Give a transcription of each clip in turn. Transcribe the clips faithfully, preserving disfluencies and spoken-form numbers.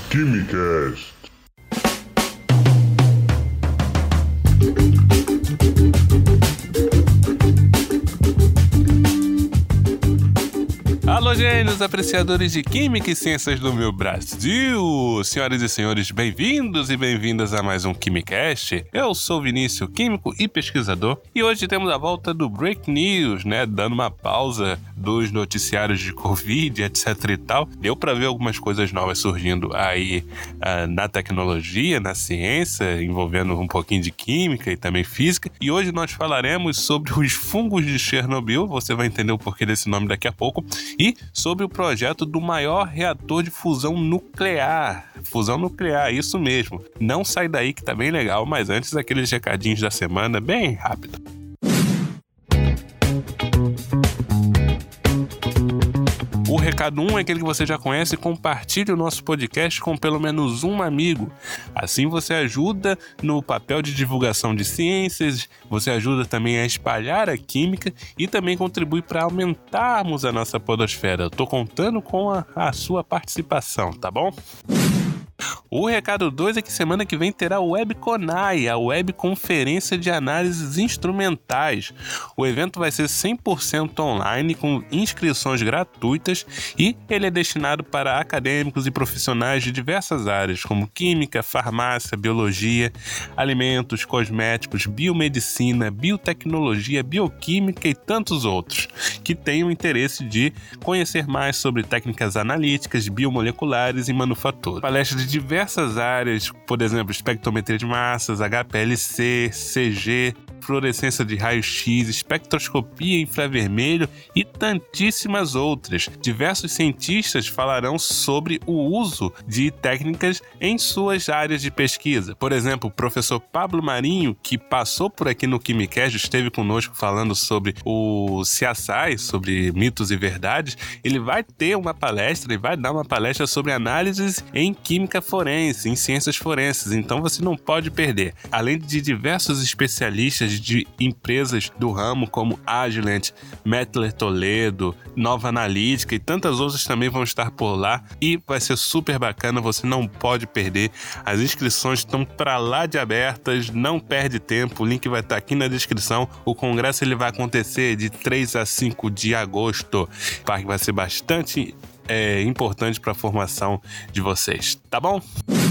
Quimicast. Alô, gênios, apreciadores de Química e Ciências do meu Brasil! Senhoras e senhores, bem-vindos e bem-vindas a mais um Quimicast. Eu sou Vinícius, químico e pesquisador, e hoje temos a volta do Break News, né? Dando uma pausa dos noticiários de Covid, etc e tal. Deu pra ver algumas coisas novas surgindo aí uh, na tecnologia, na ciência, envolvendo um pouquinho de química e também física. E hoje nós falaremos sobre os fungos de Chernobyl, você vai entender o porquê desse nome daqui a pouco, e sobre o projeto do maior reator de fusão nuclear. Fusão nuclear, isso mesmo. Não sai daí que tá bem legal, mas antes aqueles recadinhos da semana, bem rápido. O recado um é aquele que você já conhece: compartilhe o nosso podcast com pelo menos um amigo. Assim você ajuda no papel de divulgação de ciências, você ajuda também a espalhar a química e também contribui para aumentarmos a nossa podosfera. Eu tô contando com a, a sua participação, tá bom? O recado dois é que semana que vem terá o WebConai, a Web Conferência de Análises Instrumentais. O evento vai ser cem por cento online, com inscrições gratuitas, e ele é destinado para acadêmicos e profissionais de diversas áreas, como química, farmácia, biologia, alimentos, cosméticos, biomedicina, biotecnologia, bioquímica e tantos outros, que tenham interesse de conhecer mais sobre técnicas analíticas, biomoleculares e manufatura. Palestras de diversas áreas, por exemplo, espectrometria de massas, H P L C, C G, fluorescência de raio-x, espectroscopia infravermelho e tantíssimas outras. Diversos cientistas falarão sobre o uso de técnicas em suas áreas de pesquisa. Por exemplo, o professor Pablo Marinho, que passou por aqui no Quimicast, esteve conosco falando sobre o C S I, sobre mitos e verdades. Ele vai ter uma palestra e vai dar uma palestra sobre análises em química forense, em ciências forenses, então você não pode perder. Além de diversos especialistas de empresas do ramo como Agilent, Mettler Toledo, Nova Analítica e tantas outras também vão estar por lá, e vai ser super bacana, você não pode perder. As inscrições estão para lá de abertas, não perde tempo, o link vai estar aqui na descrição. O congresso ele vai acontecer de três a cinco de agosto, o parque vai ser bastante é, importante para a formação de vocês, tá bom?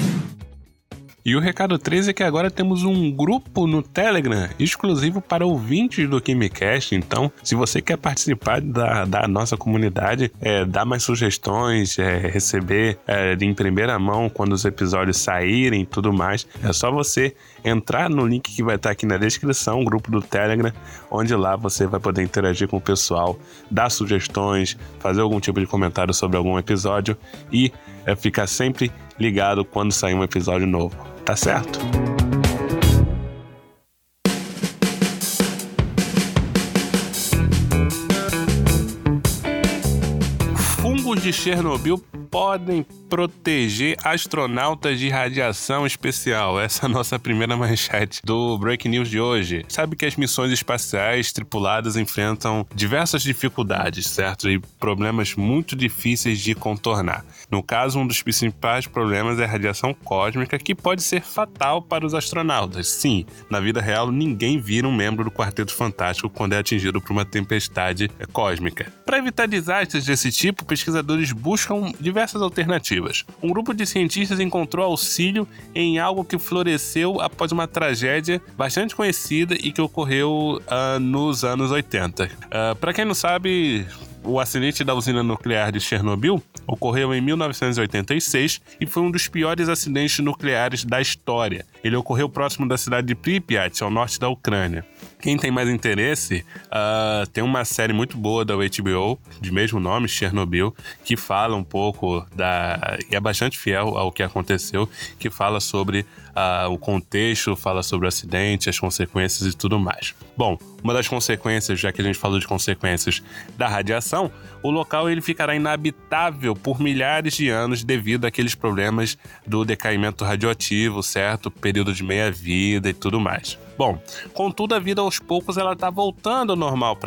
E o recado três é que agora temos um grupo no Telegram exclusivo para ouvintes do Quimicast. Então, se você quer participar da, da nossa comunidade, é, dar mais sugestões, é, receber é, em primeira mão quando os episódios saírem e tudo mais, é só você entrar no link que vai estar aqui na descrição, o grupo do Telegram, onde lá você vai poder interagir com o pessoal, dar sugestões, fazer algum tipo de comentário sobre algum episódio e é, ficar sempre ligado quando sair um episódio novo. Tá certo? Fungos de Chernobyl podem proteger astronautas de radiação especial. Essa é a nossa primeira manchete do Break News de hoje. Sabe que as missões espaciais tripuladas enfrentam diversas dificuldades, certo? E problemas muito difíceis de contornar. No caso, um dos principais problemas é a radiação cósmica, que pode ser fatal para os astronautas. Sim, na vida real, ninguém vira um membro do Quarteto Fantástico quando é atingido por uma tempestade cósmica. Para evitar desastres desse tipo, pesquisadores buscam diversas alternativas. Um grupo de cientistas encontrou auxílio em algo que floresceu após uma tragédia bastante conhecida e que ocorreu uh, nos anos oitenta. Uh, Para quem não sabe, o acidente da usina nuclear de Chernobyl ocorreu em mil novecentos e oitenta e seis e foi um dos piores acidentes nucleares da história. Ele ocorreu próximo da cidade de Pripyat, ao norte da Ucrânia. Quem tem mais interesse, uh, tem uma série muito boa da H B O, de mesmo nome, Chernobyl, que fala um pouco da... e é bastante fiel ao que aconteceu, que fala sobre uh, o contexto, fala sobre o acidente, as consequências e tudo mais. Bom, uma das consequências, já que a gente falou de consequências da radiação, o local ele ficará inabitável por milhares de anos devido àqueles problemas do decaimento radioativo, certo? Período de meia-vida e tudo mais. Bom, contudo, a vida aos poucos ela está voltando ao normal para lá.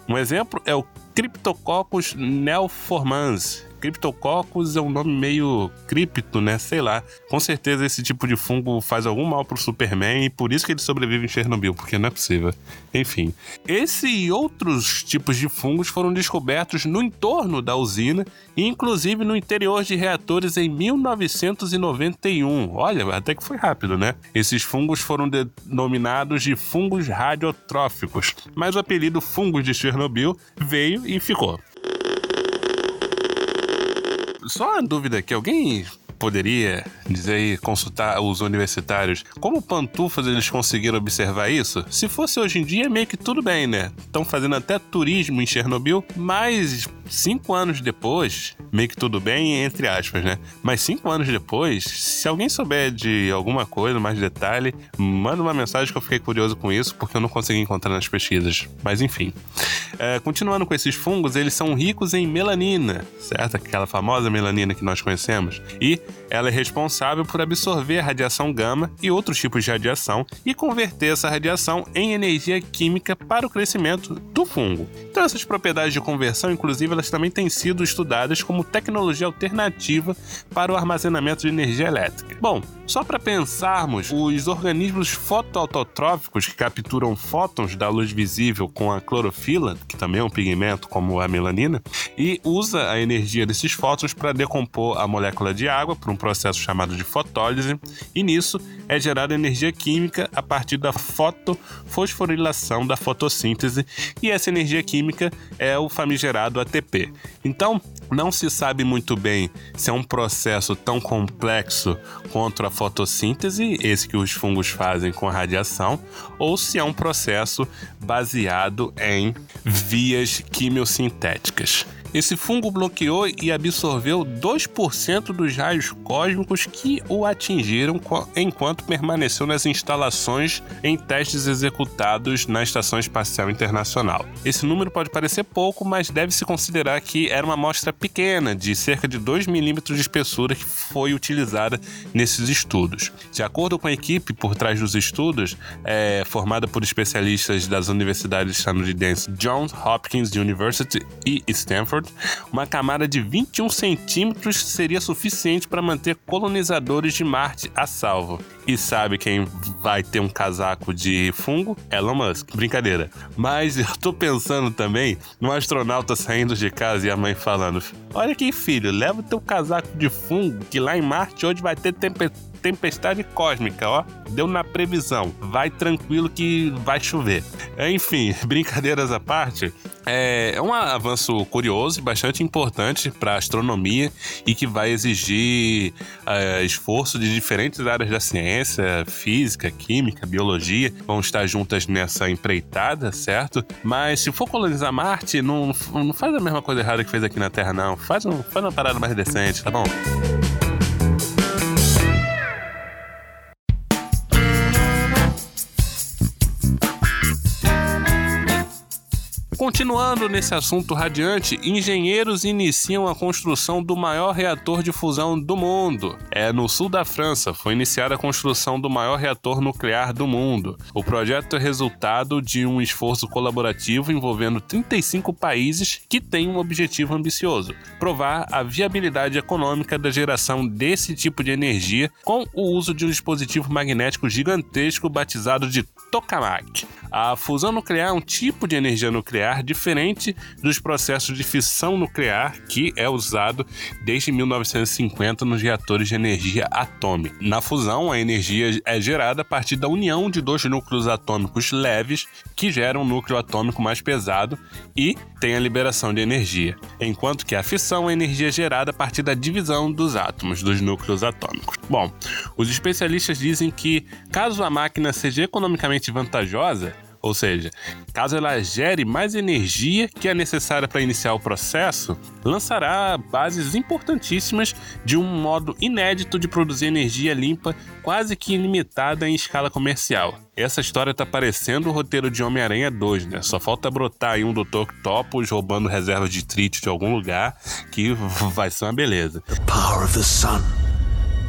Um exemplo é o Cryptococcus neoformans. Cryptococcus é um nome meio cripto, né? Sei lá. Com certeza esse tipo de fungo faz algum mal pro Superman e por isso que ele sobrevive em Chernobyl, porque não é possível. Enfim. Esse e outros tipos de fungos foram descobertos no entorno da usina e inclusive no interior de reatores em mil novecentos e noventa e um. Olha, até que foi rápido, né? Esses fungos foram denominados de fungos radiotróficos, mas o apelido fungos de Chernobyl veio e ficou. Só uma dúvida aqui, alguém poderia dizer aí, consultar os universitários como pantufas eles conseguiram observar isso? Se fosse hoje em dia, meio que tudo bem, né? Estão fazendo até turismo em Chernobyl, mas cinco anos depois, meio que tudo bem, entre aspas, né? Mas cinco anos depois, se alguém souber de alguma coisa, mais detalhe, manda uma mensagem que eu fiquei curioso com isso, porque eu não consegui encontrar nas pesquisas. Mas enfim. É, continuando com esses fungos, eles são ricos em melanina, certo? Aquela famosa melanina que nós conhecemos. E ela é responsável por absorver a radiação gama e outros tipos de radiação e converter essa radiação em energia química para o crescimento do fungo. Então essas propriedades de conversão, inclusive, elas também têm sido estudadas como tecnologia alternativa para o armazenamento de energia elétrica. Bom, só para pensarmos, os organismos fotoautotróficos que capturam fótons da luz visível com a clorofila, que também é um pigmento como a melanina, e usa a energia desses fótons para decompor a molécula de água por um processo chamado de fotólise, e nisso é gerada energia química a partir da fotofosforilação da fotossíntese, e essa energia química é o famigerado A T P. Então, não se sabe muito bem se é um processo tão complexo quanto a fotossíntese, esse que os fungos fazem com a radiação, ou se é um processo baseado em vias quimiosintéticas. Esse fungo bloqueou e absorveu dois por cento dos raios cósmicos que o atingiram enquanto permaneceu nas instalações em testes executados na Estação Espacial Internacional. Esse número pode parecer pouco, mas deve-se considerar que era uma amostra pequena, de cerca de dois milímetros de espessura, que foi utilizada nesses estudos. De acordo com a equipe por trás dos estudos, é, formada por especialistas das universidades estadunidenses Johns Hopkins University e Stanford, uma camada de vinte e um centímetros seria suficiente para manter colonizadores de Marte a salvo. E sabe quem vai ter um casaco de fungo? Elon Musk. Brincadeira. Mas eu tô pensando também no astronauta saindo de casa e a mãe falando: olha aqui, filho, leva o teu casaco de fungo que lá em Marte hoje vai ter tempestade tempestade cósmica, ó, deu na previsão, vai tranquilo que vai chover. Enfim, brincadeiras à parte, é um avanço curioso e bastante importante para a astronomia e que vai exigir uh, esforço de diferentes áreas da ciência, física, química, biologia, vão estar juntas nessa empreitada, certo? Mas se for colonizar Marte, não, não faz a mesma coisa errada que fez aqui na Terra, não. Faz, um, faz uma parada mais decente, tá bom? Continuando nesse assunto radiante, engenheiros iniciam a construção do maior reator de fusão do mundo. É no sul da França, foi iniciada a construção do maior reator nuclear do mundo. O projeto é resultado de um esforço colaborativo envolvendo trinta e cinco países que têm um objetivo ambicioso: provar a viabilidade econômica da geração desse tipo de energia com o uso de um dispositivo magnético gigantesco batizado de tokamak. A fusão nuclear é um tipo de energia nuclear diferente dos processos de fissão nuclear que é usado desde mil novecentos e cinquenta nos reatores de energia atômica. Na fusão, a energia é gerada a partir da união de dois núcleos atômicos leves que geram um núcleo atômico mais pesado e tem a liberação de energia, enquanto que a fissão é energia gerada a partir da divisão dos átomos, dos núcleos atômicos. Bom, os especialistas dizem que caso a máquina seja economicamente vantajosa, ou seja, caso ela gere mais energia que é necessária para iniciar o processo, lançará bases importantíssimas de um modo inédito de produzir energia limpa, quase que ilimitada em escala comercial. Essa história tá parecendo o roteiro de Homem-Aranha dois, né? Só falta brotar aí um doutor Octopus roubando reservas de trítio de algum lugar, que vai ser uma beleza. The power of the sun.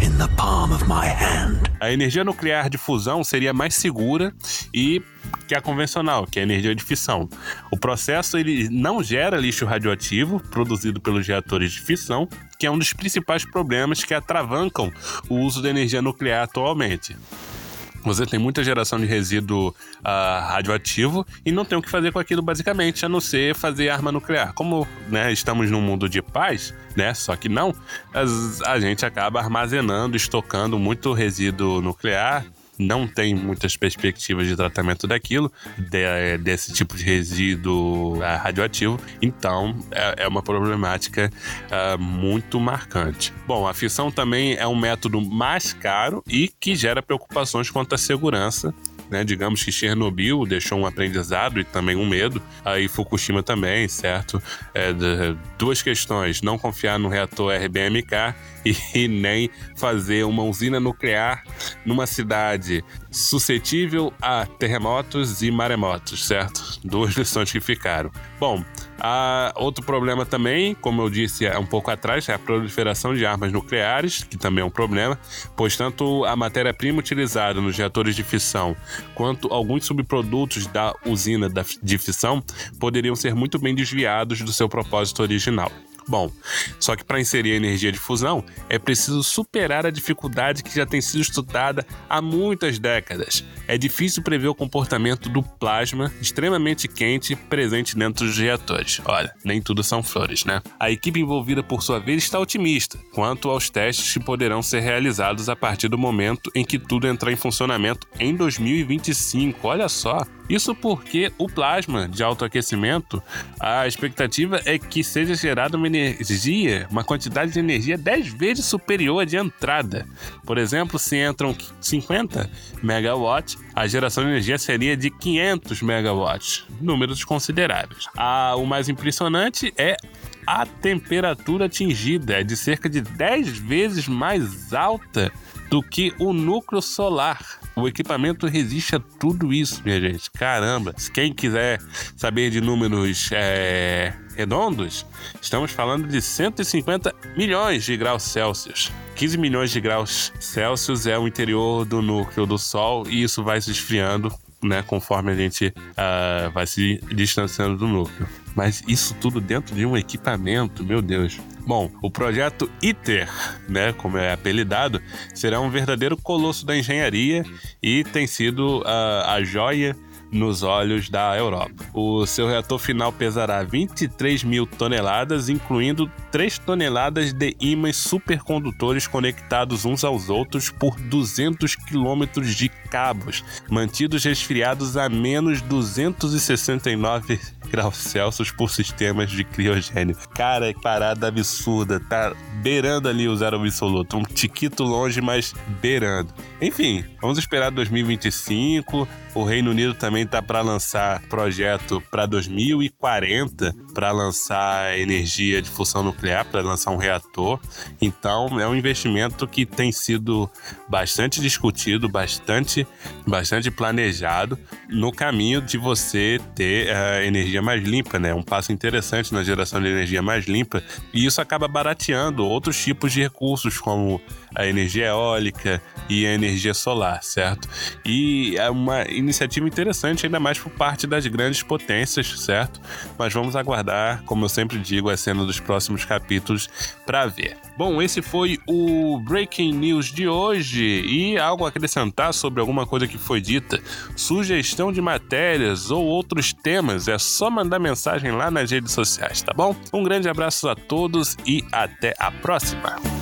in the palm of my hand. A energia nuclear de fusão seria mais segura e que a convencional, que é a energia de fissão. O processo ele não gera lixo radioativo produzido pelos reatores de fissão, que é um dos principais problemas que atravancam o uso da energia nuclear atualmente. Você tem muita geração de resíduo uh, radioativo e não tem o que fazer com aquilo basicamente, a não ser fazer arma nuclear. Como, né, estamos num mundo de paz, né, só que não, as, a gente acaba armazenando, estocando muito resíduo nuclear. Não tem muitas perspectivas de tratamento daquilo, de, desse tipo de resíduo uh, radioativo, então é, é uma problemática uh, muito marcante. Bom, a fissão também é um método mais caro e que gera preocupações quanto à segurança. Né, digamos que Chernobyl deixou um aprendizado e também um medo, aí Fukushima também, certo? É, de, duas questões, não confiar no reator R B M K e, e nem fazer uma usina nuclear numa cidade suscetível a terremotos e maremotos, certo? Duas lições que ficaram. Bom, a, outro problema também, como eu disse um pouco atrás, é a proliferação de armas nucleares, que também é um problema, pois tanto a matéria-prima utilizada nos reatores de fissão quanto alguns subprodutos da usina de fissão poderiam ser muito bem desviados do seu propósito original. Bom, só que para inserir a energia de fusão é preciso superar a dificuldade que já tem sido estudada há muitas décadas. É difícil prever o comportamento do plasma extremamente quente presente dentro dos reatores. Olha, nem tudo são flores, né? A equipe envolvida, por sua vez, está otimista quanto aos testes que poderão ser realizados a partir do momento em que tudo entrar em funcionamento em dois mil e vinte e cinco. Olha só! Isso porque o plasma de autoaquecimento, a expectativa é que seja gerada uma energia, uma quantidade de energia dez vezes superior à de entrada. Por exemplo, se entram cinquenta megawatts, a geração de energia seria de quinhentos megawatts, números consideráveis. Ah, o mais impressionante é a temperatura atingida, é de cerca de dez vezes mais alta do que o núcleo solar. O equipamento resiste a tudo isso, minha gente. Caramba! Quem quiser saber de números é, redondos, estamos falando de cento e cinquenta milhões de graus Celsius. quinze milhões de graus Celsius é o interior do núcleo do Sol e isso vai se esfriando, né, conforme a gente uh, vai se distanciando do núcleo. Mas isso tudo dentro de um equipamento, meu Deus. Bom, o projeto ITER, né, como é apelidado, será um verdadeiro colosso da engenharia e tem sido uh, a joia nos olhos da Europa. O seu reator final pesará vinte e três mil toneladas, incluindo três toneladas de ímãs supercondutores conectados uns aos outros por duzentos quilômetros de cabos, mantidos resfriados a menos duzentos e sessenta e nove graus Celsius por sistemas de criogênio. Cara, que parada absurda, tá beirando ali o zero absoluto, um tiquito longe, mas beirando. Enfim, vamos esperar dois mil e vinte e cinco, o Reino Unido também tá para lançar projeto para dois mil e quarenta para lançar energia de fusão nuclear, para lançar um reator. Então é um investimento que tem sido bastante discutido, bastante, bastante planejado no caminho de você ter a energia mais limpa, né? Um passo interessante na geração de energia mais limpa, e isso acaba barateando outros tipos de recursos como a energia eólica e a energia solar, certo? E é uma iniciativa interessante, ainda mais por parte das grandes potências, certo? Mas vamos aguardar, como eu sempre digo, a cena dos próximos capítulos para ver. Bom, esse foi o Breaking News de hoje, e algo a acrescentar sobre alguma coisa que foi dita, sugestão de matérias ou outros temas, é só mandar mensagem lá nas redes sociais, tá bom? Um grande abraço a todos e até a próxima!